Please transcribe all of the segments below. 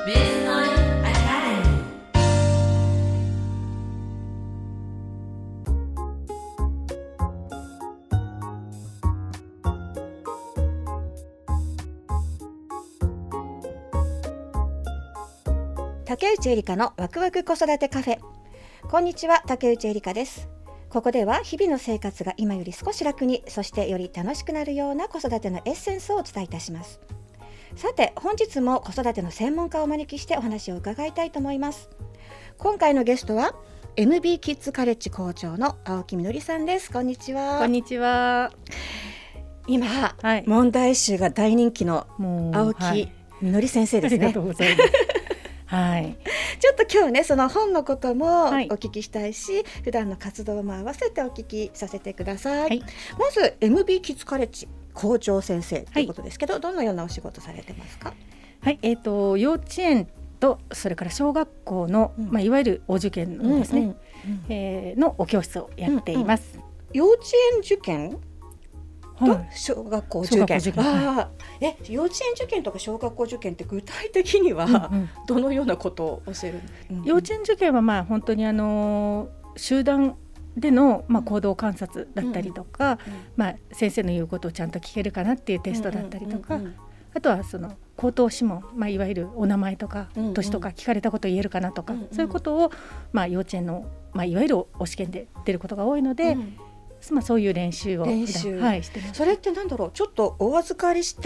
竹内えりかのワクワク子育てカフェ。こんにちは、竹内えりかです。ここでは日々の生活が今より少し楽に、そしてより楽しくなるような子育てのエッセンスをお伝えいたします。さて、本日も子育ての専門家をお招きしてお話を伺いたいと思います。今回のゲストは MB キッズカレッジ校長の青木みのりさんです。こんにちは。 こんにちは。 今、問題集が大人気の青木みのり先生ですね。 ありがとうございます。はい、 ちょっと今日ね、その本のこともお聞きしたいし、普段の活動も合わせてお聞きさせてください。まず MB キッズカレッジ校長先生ということですけど、どのようなお仕事されてますか？ はい、幼稚園とそれから小学校の、いわゆるお受験のですね、のお教室をやっています。 幼稚園受験と小学校受験。幼稚園受験とか小学校受験って具体的にはどのようなことを教える？ 幼稚園受験は本当に集団での行動観察だったりとか、先生の言うことをちゃんと聞けるかなっていうテストだったりとか、あとはその口頭試問、いわゆるお名前とか年とか聞かれたこと言えるかなとか、そういうことを幼稚園の、いわゆるお試験で出ることが多いので、そういう練習をしてます。 それってなんだろう、ちょっとお預かりして、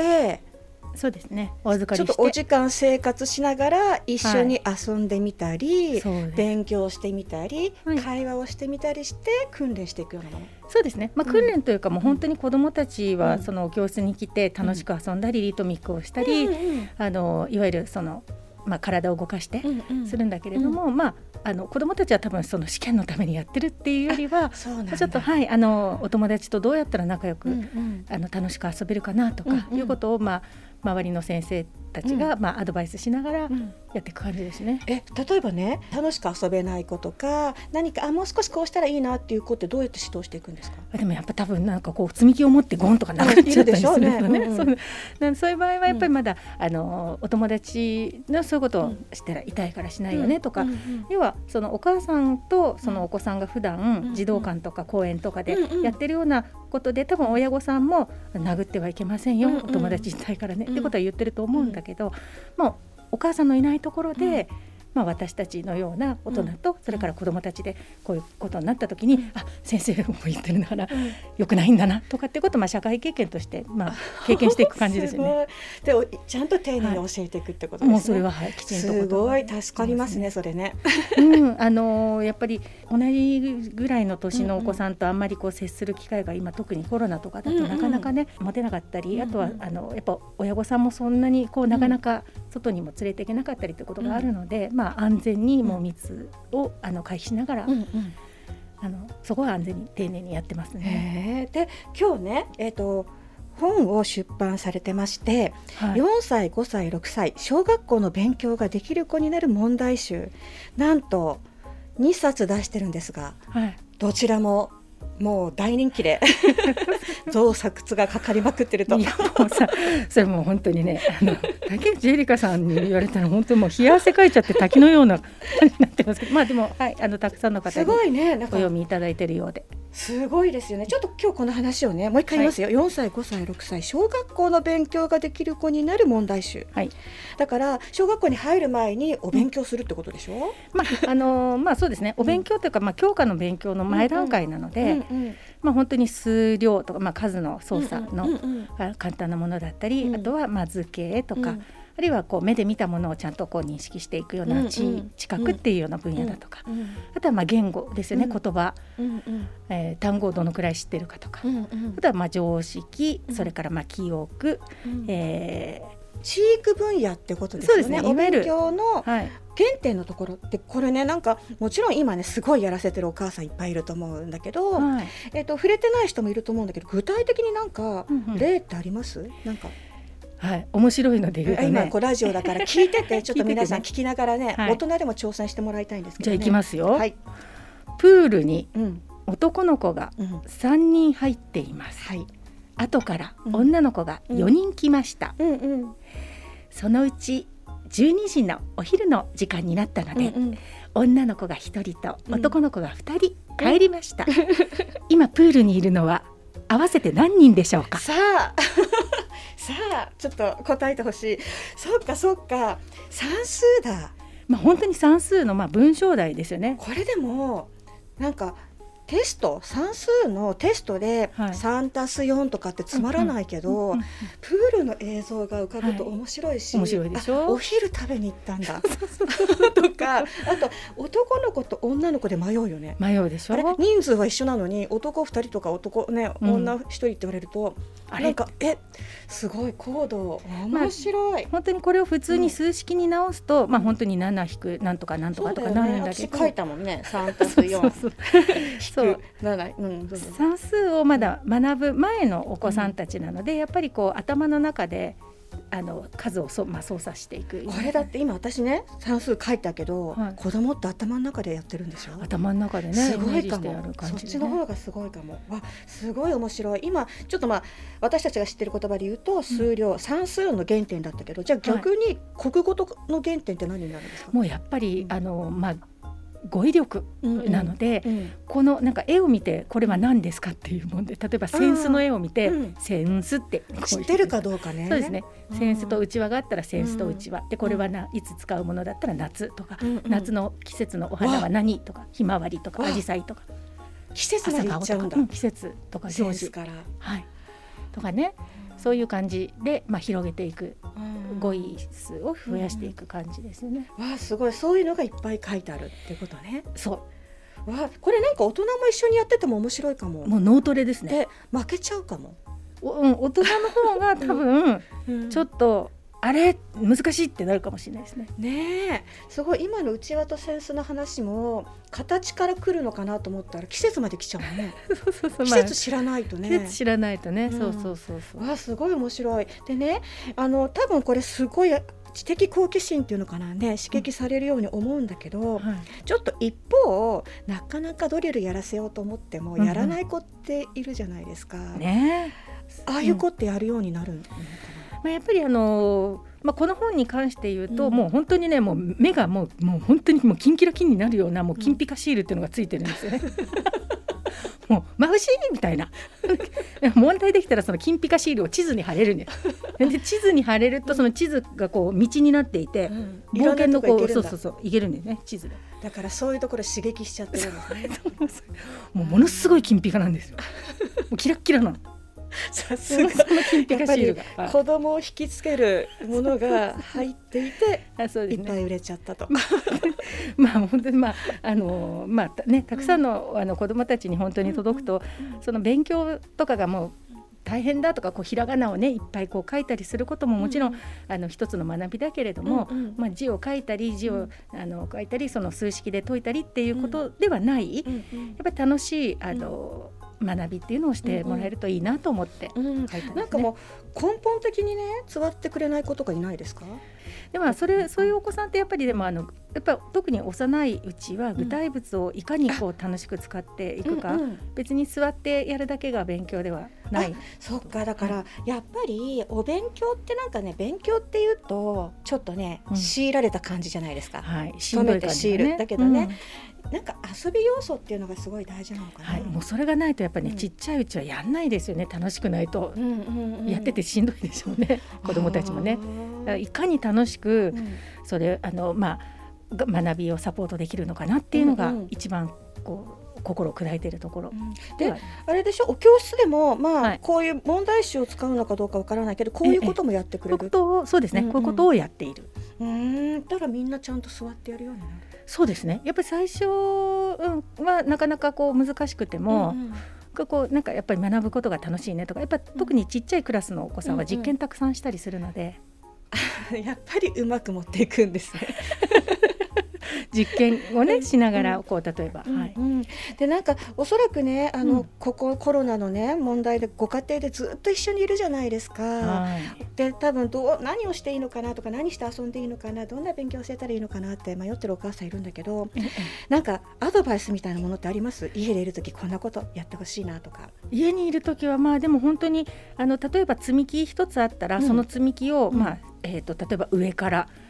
そうですね、お預かりしてちょっとお時間生活しながら一緒に遊んでみたり、勉強してみたり、会話をしてみたりして訓練していくようなもの。 そうですね、訓練というか、もう本当に子どもたちはその教室に来て楽しく遊んだり、リトミックをしたり、いわゆるその体を動かしてするんだけれども、子どもたちは多分その試験のためにやってるっていうよりは、ちょっとお友達とどうやったら仲良く楽しく遊べるかなとかいうことを周りの先生たちがアドバイスしながらやっていく感じですね。 例えばね、楽しく遊べない子とか、何かもう少しこうしたらいいなっていう子ってどうやって指導していくんですか？ でもやっぱ多分なんかこう積み木を持ってゴンとか殴っちゃったりするよね。そういう場合はやっぱりまだお友達のそういうことをしたら痛いからしないよねとか、要はそのお母さんとそのお子さんが普段児童館とか公園とかでやってるようなことで、多分親御さんも殴ってはいけませんよ、お友達痛いからねってことは言ってると思うんだけど、もうお母さんのいないところで、私たちのような大人と、それから子どもたちでこういうことになった時に、先生も言ってるなら良くないんだなとかってことを社会経験として経験していく感じですよね。 でちゃんと丁寧に教えていくってことですね。 もうそれはきちんとすごい助かりますね、それね。 やっぱり同じぐらいの年のお子さんとあんまり接する機会が今特にコロナとかだとなかなかね、持てなかったり、あとはやっぱ親御さんもそんなになかなか外にも連れていけなかったりってことがあるので、安全にもう密を回避しながら、そこは安全に丁寧にやってますね。 で今日ね、本を出版されてまして、4歳5歳6歳小学校の勉強ができる子になる問題集、なんと2冊出してるんですが、どちらももう大人気で増刷がかかりまくってると。 いやもうさ、それもう本当にね、竹内えりかさんに言われたら本当にもう冷や汗かいちゃって滝のような感じになってますけど、でもたくさんの方にお読みいただいているようで、 すごいですよね。ちょっと今日この話をね、もう一回言いますよ。4歳5歳6歳小学校の勉強ができる子になる問題集、だから小学校に入る前にお勉強するってことでしょ？ そうですね、お勉強というか、教科の勉強の前段階なので、本当に数量とか、数の操作の簡単なものだったり、あとは図形とか、あるいは目で見たものをちゃんと認識していくような知覚っていうような分野だとか、あとは言語ですよね、言葉、単語をどのくらい知ってるかとか、あとは常識、それから記憶、 知育分野ってことですよね。 そうですね、 お勉強の原点のところって、これね、なんかもちろん今ねすごいやらせてるお母さんいっぱいいると思うんだけど、触れてない人もいると思うんだけど、具体的になんか例ってあります？なんか面白いので言うとね、 今ラジオだから聞いててちょっと皆さん聞きながらね、大人でも挑戦してもらいたいんですけどね。 じゃあいきますよ。プールに男の子が3人入っています。後から女の子が4人来ました。そのうち 12時のお昼の時間になったので、女の子が1人と男の子が2人帰りました、今プールにいるのは合わせて何人でしょうか。 さあさあちょっと答えてほしい。そっか算数だ。 本当に算数の文章題ですよね。 これでもなんかテスト、算数のテストで 3+4 とかってつまらないけど、プールの映像が浮かぶと面白いし、 面白いでしょ。 お昼食べに行ったんだとか、あと男の子と女の子で迷うよね。 迷うでしょ。 あれ人数は一緒なのに男2人とか女1人って言われると、なんかすごい高度面白い、本当にこれを普通に数式に直すと、本当に7引くなんとかなんとかとかなるんだけど、 私書いたもんね、3+4 算数をまだ学ぶ前のお子さんたちなので、やっぱり頭の中で数を操作していく。 これだって今私ね算数書いたけど、子供って頭の中でやってるんでしょ。 頭の中でね、 すごいかも、 そっちの方がすごいかも。すごい面白い。今ちょっと私たちが知ってる言葉で言うと数量、算数の原点だったけど、じゃあ逆に国語の原点って何になるんですか。 もうやっぱり語彙力なので、このなんか絵を見てこれは何ですかっていうもんで、例えば扇子の絵を見て、扇子って知ってるかどうかね。 そうですね。扇子とうちわがあったら扇子とうちわで、これはいつ使うものだったら夏とか、夏の季節のお花は何とか、ひまわりとかアジサイとか、 季節までいっちゃうんだ。 季節とか行事から、とかね、そういう感じで広げていく、語彙数を増やしていく感じですよね。 すごい、そういうのがいっぱい書いてあるってことね。 そう。 これなんか大人も一緒にやってても面白いかも。 もう脳トレですね。 で負けちゃうかも。 大人の方が多分ちょっとあれ難しいってなるかもしれないですね。 ねえ、すごい。今のうちわと扇子の話も形から来るのかなと思ったら季節まで来ちゃうもんね。季節知らないとね。 季節知らないとね。そうすごい面白い。でね、多分これすごい知的好奇心っていうのかなね、刺激されるように思うんだけど、ちょっと一方なかなかドリルやらせようと思ってもやらない子っているじゃないですか。 ね、 ああいう子ってやるようになるのかな。 やっぱりこの本に関して言うと、もう本当にね、もう目がもう本当にもうキンキラキンになるようなもう金ピカシールっていうのがついてるんですよね。もう眩しいみたいな。問題できたらその金ピカシールを地図に貼れるね。で地図に貼れるとその地図が道になっていて、冒険の行けるんだよね、地図で。 だからそういうところ刺激しちゃってるんですね。 ものすごい金ピカなんですよ。もうキラッキラなの。 さすが。やっぱり子供を引きつけるものが入っていていっぱい売れちゃったと。 本当にたくさんの子供たちに本当に届くと、その勉強とかがもう大変だとか、ひらがなをねいっぱい書いたりすることももちろん一つの学びだけれども、字を書いたり字を書いたり、その数式で解いたりっていうことではない、やっぱり楽しい学びっていうのをしてもらえるといいなと思って書いたんですね。 なんかもう根本的にね座ってくれない子とかいないですか。 でもそういうお子さんってやっぱりでもやっぱ特に幼いうちは具体物をいかに楽しく使っていくか、別に座ってやるだけが勉強ではない。 そっか。だからやっぱりお勉強ってなんかね、勉強っていうとちょっとね、強いられた感じじゃないですか。 しんどい感じだね。だけどね、なんか遊び要素っていうのがすごい大事なのかな。 もうそれがないとやっぱりね、ちっちゃいうちはやんないですよね。楽しくないと、やっててしんどいでしょうね、子どもたちもね。いかに楽しくそれ学びをサポートできるのかなっていうのが一番心を砕いているところ、 であれでしょ、お教室でもこういう問題集を使うのかどうかわからないけど、こういうこともやってくれる。 そうですね、こういうことをやっている。 だからみんなちゃんと座ってやるようになる。 そうですね。やっぱり最初はなかなか難しくても、なんかやっぱり学ぶことが楽しいねとか、やっぱ特にちっちゃいクラスのお子さんは実験たくさんしたりするので、 やっぱりうまく持っていくんですね。 実験をねしながら例えば、 でなんかおそらくねここコロナのね問題でご家庭でずっと一緒にいるじゃないですか。で多分何をしていいのかなとか、何して遊んでいいのかな、どんな勉強を教えたらいいのかなって迷ってるお母さんいるんだけど、なんかアドバイスみたいなものってあります？家でいるときこんなことやってほしいなとか。 家にいるときはでも本当に例えば積み木一つあったら、その積み木を例えば上から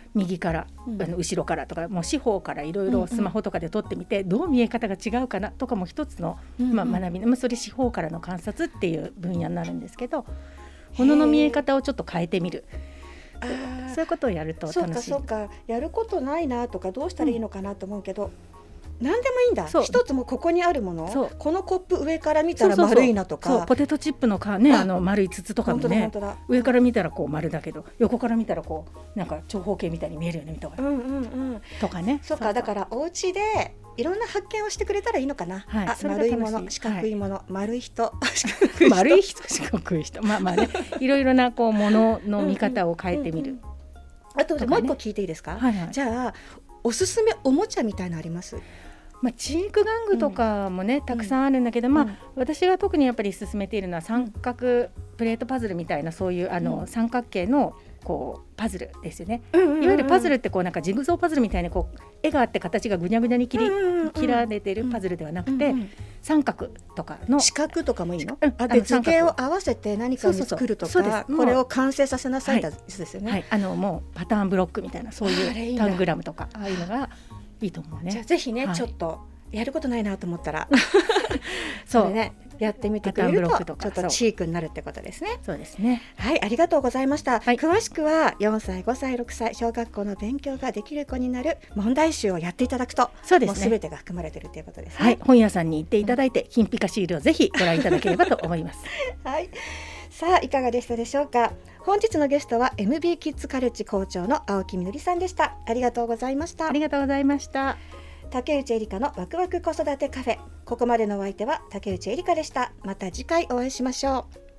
右から、後ろからとかもう四方からいろいろスマホとかで撮ってみて、どう見え方が違うかなとかも一つの、学び、それ四方からの観察っていう分野になるんですけど、物の見え方をちょっと変えてみる、そういうことをやると楽しい。 そうかやることないなとかどうしたらいいのかなと思うけど、何でもいいんだ。一つもここにあるもの、このコップ上から見たら丸いなとか、 ポテトチップの丸い筒とかもね、上から見たらこう丸だけど横から見たらこうなんか長方形みたいに見えるよねとかね。 そうか、だからお家でいろんな発見をしてくれたらいいのかな。丸いもの、四角いもの、丸い人、 丸い人、四角い人、ね、いろいろなこうものの見方を変えてみる。 あともう一個聞いていいですか。じゃあおすすめおもちゃみたいなのあります？ チーク玩具とかもね、たくさんあるんだけど、私が特にやっぱり勧めているのは三角プレートパズルみたいな、そういう三角形のこうパズルですよね。いわゆるパズルってこうなんかジグゾーパズルみたいにこう絵があって形がぐにゃぐにゃに切られてるパズルではなくて、三角とかの四角とかもいいの？で図形を合わせて何かを作るとか、これを完成させなさいですよね。 もうパターンブロックみたいな、そういうタングラムとかああいうのがいいと思うね。 じゃあぜひね、ちょっとやることないなと思ったらそれねやってみてくれるとちょっとチークになるってことですね。 そうですね。 はい、ありがとうございました。詳しくは4歳5歳6歳小学校の勉強ができる子になる問題集をやっていただくと、そうですね、もう全てが含まれているということですね。 本屋さんに行っていただいて、金ピカシールをぜひご覧いただければと思います。 さあいかがでしたでしょうか。本日のゲストは MB キッズカレッジ校長の青木みのりさんでした。ありがとうございました。 ありがとうございました。 竹内えりかのワクワク子育てカフェ、ここまでのお相手は竹内えりかでした。また次回お会いしましょう。